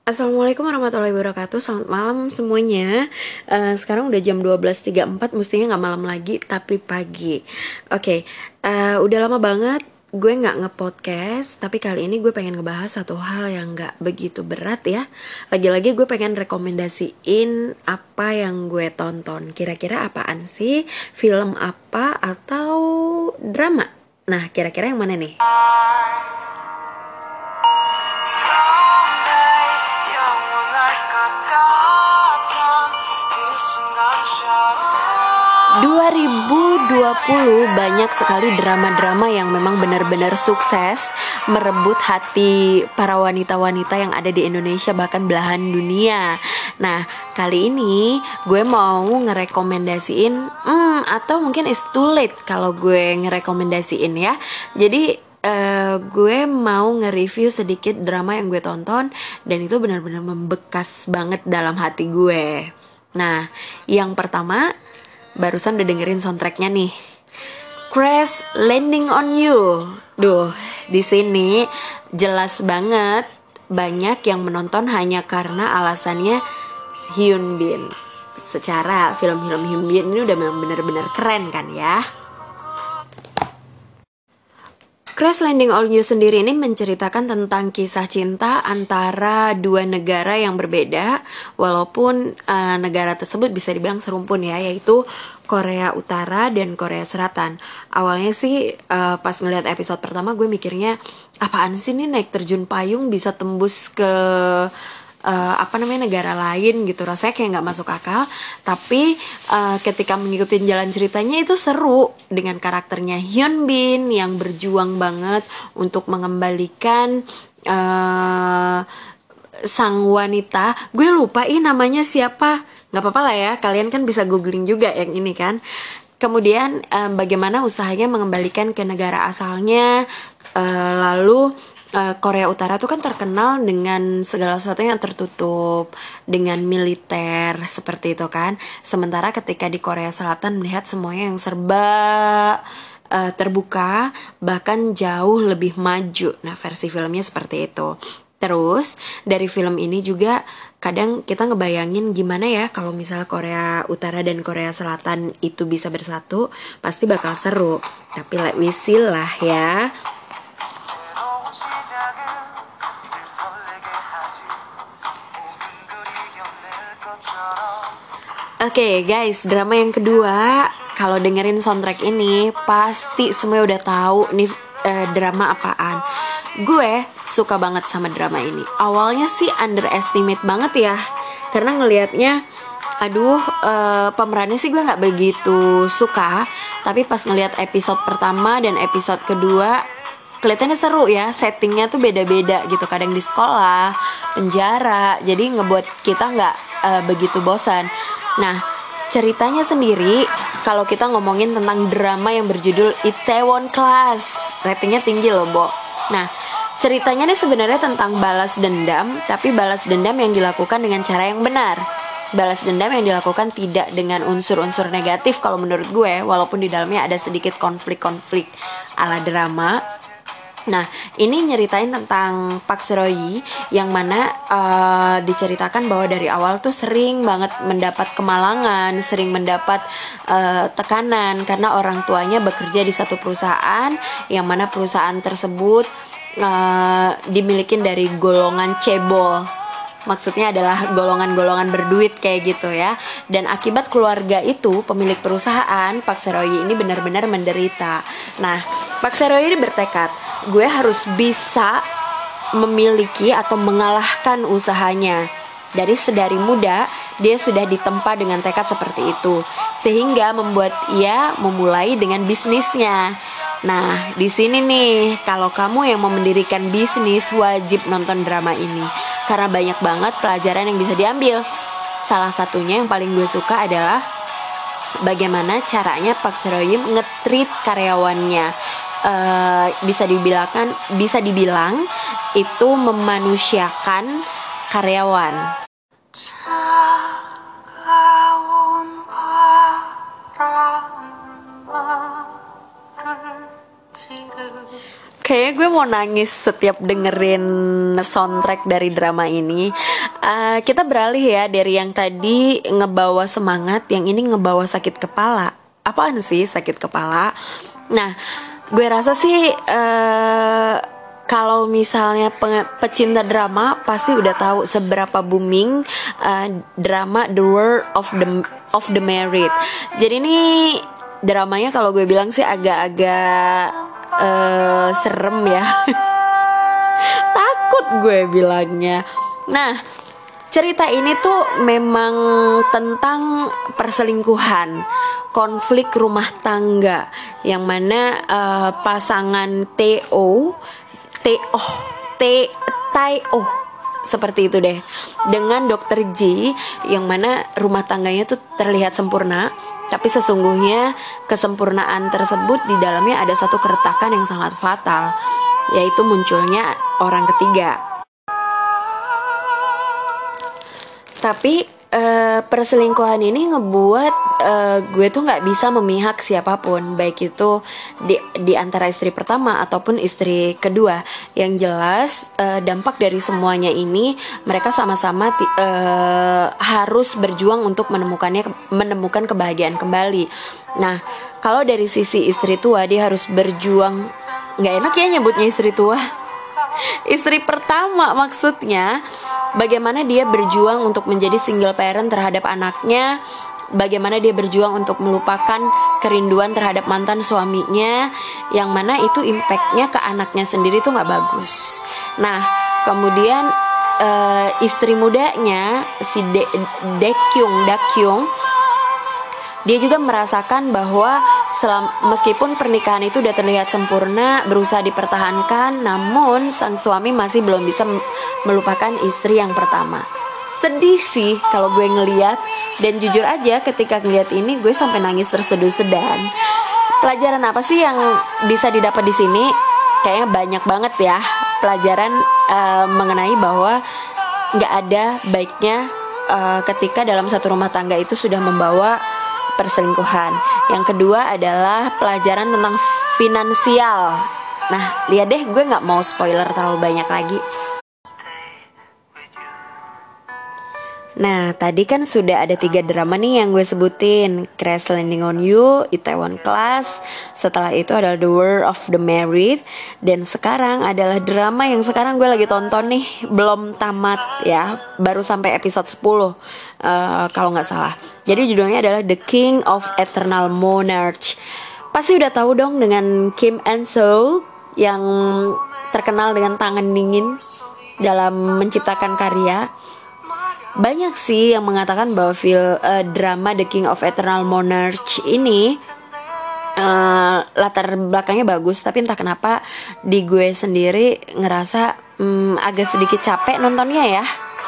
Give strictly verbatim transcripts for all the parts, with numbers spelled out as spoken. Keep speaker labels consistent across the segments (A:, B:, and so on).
A: Assalamualaikum warahmatullahi wabarakatuh. Selamat malam semuanya. Eh, Sekarang udah jam dua belas tiga puluh empat. Mestinya gak malam lagi, tapi pagi. Oke, eh, udah lama banget gue gak nge-podcast. Tapi kali ini gue pengen ngebahas satu hal yang gak begitu berat ya. Lagi-lagi gue pengen rekomendasiin apa yang gue tonton. Kira-kira apaan sih? Film apa atau drama? Nah, kira-kira yang mana nih? dua ribu dua puluh banyak sekali drama-drama yang memang benar-benar sukses merebut hati para wanita-wanita yang ada di Indonesia, bahkan belahan dunia. Nah, kali ini gue mau ngerekomendasiin hmm, atau mungkin it's too late kalau gue ngerekomendasiin ya. Jadi Uh, gue mau nge-review sedikit drama yang gue tonton dan itu benar-benar membekas banget dalam hati gue. Nah, yang pertama, barusan udah dengerin soundtracknya nih, Crash Landing on You. Duh, di sini jelas banget banyak yang menonton hanya karena alasannya Hyun Bin. Secara film-film Hyun Bin ini udah memang benar-benar keren kan ya. Crash Landing on You sendiri ini menceritakan tentang kisah cinta antara dua negara yang berbeda, walaupun uh, negara tersebut bisa dibilang serumpun ya, yaitu Korea Utara dan Korea Selatan. Awalnya sih uh, pas ngeliat episode pertama gue mikirnya apaan sih nih naik terjun payung bisa tembus ke Uh, apa namanya negara lain gitu, rasanya kayak nggak masuk akal. Tapi uh, ketika mengikuti jalan ceritanya itu seru dengan karakternya Hyun Bin yang berjuang banget untuk mengembalikan uh, sang wanita. Gue lupa ih namanya siapa, nggak apa-apa lah ya, kalian kan bisa googling juga yang ini kan. Kemudian uh, bagaimana usahanya mengembalikan ke negara asalnya, uh, lalu Korea Utara tuh kan terkenal dengan segala sesuatu yang tertutup, dengan militer seperti itu kan. Sementara ketika di Korea Selatan melihat semuanya yang serba uh, terbuka, bahkan jauh lebih maju. Nah, versi filmnya seperti itu. Terus dari film ini juga kadang kita ngebayangin gimana ya kalau misalnya Korea Utara dan Korea Selatan itu bisa bersatu, pasti bakal seru. Tapi let we see lah ya. Oke okay, guys, drama yang kedua, kalau dengerin soundtrack ini pasti semua udah tahu nih eh, drama apaan. Gue suka banget sama drama ini. Awalnya sih underestimate banget ya, karena ngelihatnya, aduh eh, pemerannya sih gue nggak begitu suka. Tapi pas ngelihat episode pertama dan episode kedua, kelihatannya seru ya, settingnya tuh beda-beda gitu, kadang di sekolah, penjara, jadi ngebuat kita nggak uh, begitu bosan. Nah, ceritanya sendiri, kalau kita ngomongin tentang drama yang berjudul Itaewon Class, ratingnya tinggi loh, Bo. Nah, ceritanya nih sebenarnya tentang balas dendam, tapi balas dendam yang dilakukan dengan cara yang benar. Balas dendam yang dilakukan tidak dengan unsur-unsur negatif kalau menurut gue, walaupun di dalamnya ada sedikit konflik-konflik ala drama. Nah, ini nyeritain tentang Park Seo-hye yang mana uh, diceritakan bahwa dari awal tuh sering banget mendapat kemalangan, sering mendapat uh, tekanan karena orang tuanya bekerja di satu perusahaan yang mana perusahaan tersebut uh, dimiliki dari golongan cebol. Maksudnya adalah golongan-golongan berduit kayak gitu ya. Dan akibat keluarga itu, pemilik perusahaan, Park Seo-hye ini benar-benar menderita. Nah, Park Seo-hye ini bertekad, gue harus bisa memiliki atau mengalahkan usahanya. Dari sedari muda, dia sudah ditempa dengan tekad seperti itu, sehingga membuat ia memulai dengan bisnisnya. Nah, di sini nih, kalau kamu yang mau mendirikan bisnis, wajib nonton drama ini. Karena banyak banget pelajaran yang bisa diambil. Salah satunya yang paling gue suka adalah bagaimana caranya Park Seo-hye nge-treat karyawannya. Uh, bisa dibilangkan, bisa dibilang itu memanusiakan karyawan. Kayaknya gue mau nangis setiap dengerin soundtrack dari drama ini. Uh, kita beralih ya dari yang tadi ngebawa semangat, yang ini ngebawa sakit kepala. Apaan sih sakit kepala? Nah, gue rasa sih uh, kalau misalnya pe- pecinta drama pasti udah tahu seberapa booming uh, drama The World of the of the Married. Jadi ini dramanya kalau gue bilang sih agak-agak Uh, serem ya. Takut gue bilangnya. Nah, cerita ini tuh memang tentang perselingkuhan, konflik rumah tangga, yang mana uh, pasangan Teo Teo T Tae-oh seperti itu deh, dengan dokter Ji, yang mana rumah tangganya tuh terlihat sempurna, tapi sesungguhnya kesempurnaan tersebut di dalamnya ada satu keretakan yang sangat fatal, yaitu munculnya orang ketiga. Tapi uh, perselingkuhan ini ngebuat uh, gue tuh nggak bisa memihak siapapun, baik itu di, di antara istri pertama ataupun istri kedua. Yang jelas uh, dampak dari semuanya ini mereka sama-sama ti- uh, harus berjuang untuk menemukannya menemukan kebahagiaan kembali. Nah, kalau dari sisi istri tua, dia harus berjuang. Nggak enak ya nyebutnya istri tua. Istri pertama maksudnya, bagaimana dia berjuang untuk menjadi single parent terhadap anaknya, bagaimana dia berjuang untuk melupakan kerinduan terhadap mantan suaminya, yang mana itu impactnya ke anaknya sendiri tuh nggak bagus. Nah, kemudian uh, istri mudanya si De- Dakyung Dakyung dia juga merasakan bahwa selam, meskipun pernikahan itu udah terlihat sempurna, berusaha dipertahankan, namun sang suami masih belum bisa melupakan istri yang pertama. Sedih sih kalau gue ngeliat, dan jujur aja ketika ngeliat ini gue sampai nangis terseduh-sedan. Pelajaran apa sih yang bisa didapat di sini? Kayaknya banyak banget ya pelajaran uh, mengenai bahwa nggak ada baiknya uh, ketika dalam satu rumah tangga itu sudah membawa perselingkuhan. Yang kedua adalah pelajaran tentang finansial. Nah, lihat deh, gue gak mau spoiler terlalu banyak lagi. Nah, tadi kan sudah ada tiga drama nih yang gue sebutin. Crash Landing on You, Itaewon Class. Setelah itu adalah The World of the Married. Dan sekarang adalah drama yang sekarang gue lagi tonton nih. Belum tamat ya, baru sampai episode sepuluh uh, kalau gak salah. Jadi judulnya adalah The King of Eternal Monarch. Pasti udah tahu dong dengan Kim In-soo yang terkenal dengan tangan dingin dalam menciptakan karya. Banyak sih yang mengatakan bahwa film uh, drama The King of Eternal Monarch ini uh, latar belakangnya bagus, tapi entah kenapa di gue sendiri ngerasa um, agak sedikit capek nontonnya ya.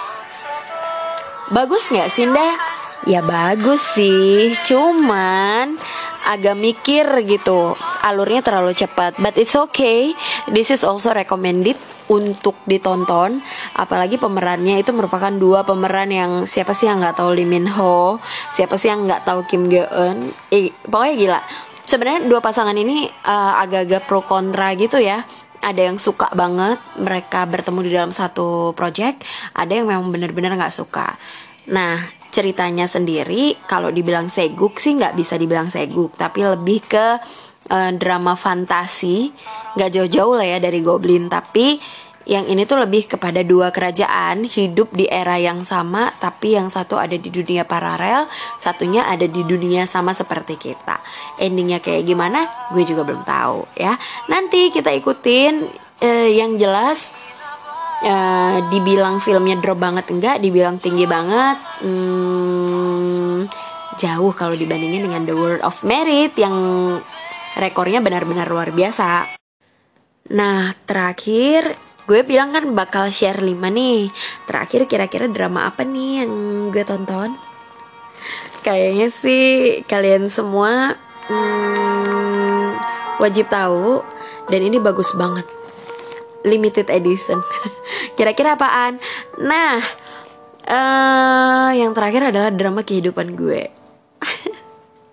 A: Bagus nggak sih, Nda? Ya bagus sih, cuman agak mikir gitu, alurnya terlalu cepat. But it's okay, this is also recommended untuk ditonton. Apalagi pemerannya itu merupakan dua pemeran yang, siapa sih yang nggak tahu Lee Min Ho, siapa sih yang nggak tahu Kim Go Eun. Eh, pokoknya gila. Sebenarnya dua pasangan ini uh, agak-agak pro kontra gitu ya. Ada yang suka banget mereka bertemu di dalam satu project, ada yang memang benar-benar nggak suka. Nah, ceritanya sendiri kalau dibilang seguk sih nggak bisa dibilang seguk, tapi lebih ke uh, drama fantasi, nggak jauh-jauh lah ya dari Goblin. Tapi yang ini tuh lebih kepada dua kerajaan hidup di era yang sama, tapi yang satu ada di dunia paralel, satunya ada di dunia sama seperti kita. Endingnya kayak gimana? Gue juga belum tahu ya. Nanti kita ikutin. uh, Yang jelas, Uh, dibilang filmnya drop banget enggak, dibilang tinggi banget, hmm, jauh kalau dibandingin dengan The World of Married yang rekornya benar-benar luar biasa. Nah, terakhir gue bilang kan bakal share lima nih. Terakhir kira-kira drama apa nih yang gue tonton? Kayaknya sih kalian semua hmm, wajib tahu, dan ini bagus banget. Limited edition. Kira-kira apaan? Nah, uh, yang terakhir adalah drama kehidupan gue.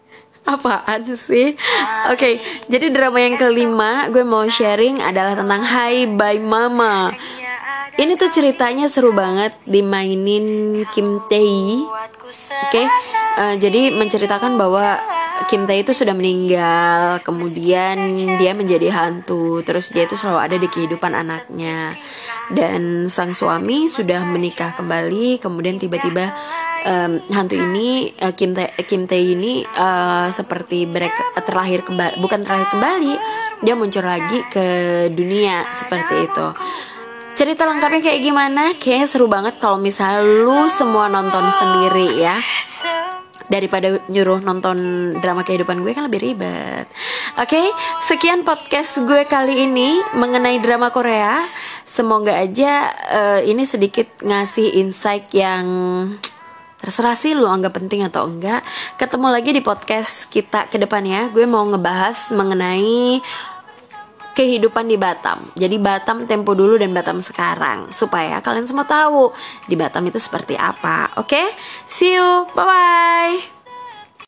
A: Apaan sih? Oke, okay, jadi drama yang kelima gue mau sharing adalah tentang Hi Bye Mama. Ini tuh ceritanya seru banget, dimainin Kim Tae. Oke, okay? uh, jadi menceritakan bahwa Kim Tae itu sudah meninggal, kemudian dia menjadi hantu, terus dia itu selalu ada di kehidupan anaknya. Dan sang suami sudah menikah kembali, kemudian tiba-tiba um, hantu ini uh, Kim Tae Kim Tae ini uh, seperti break, uh, terlahir kembali, bukan terlahir kembali, dia muncul lagi ke dunia seperti itu. Cerita lengkapnya kayak gimana? Kayaknya seru banget kalau misalnya lu semua nonton sendiri ya, daripada nyuruh nonton drama kehidupan gue, kan lebih ribet. Oke, okay, sekian podcast gue kali ini mengenai drama Korea. Semoga aja uh, ini sedikit ngasih insight yang terserah sih lu anggap penting atau enggak. Ketemu lagi di podcast kita ke depannya. Gue mau ngebahas mengenai kehidupan di Batam. Jadi Batam tempo dulu dan Batam sekarang, supaya kalian semua tahu di Batam itu seperti apa. Oke, okay? See you, bye bye.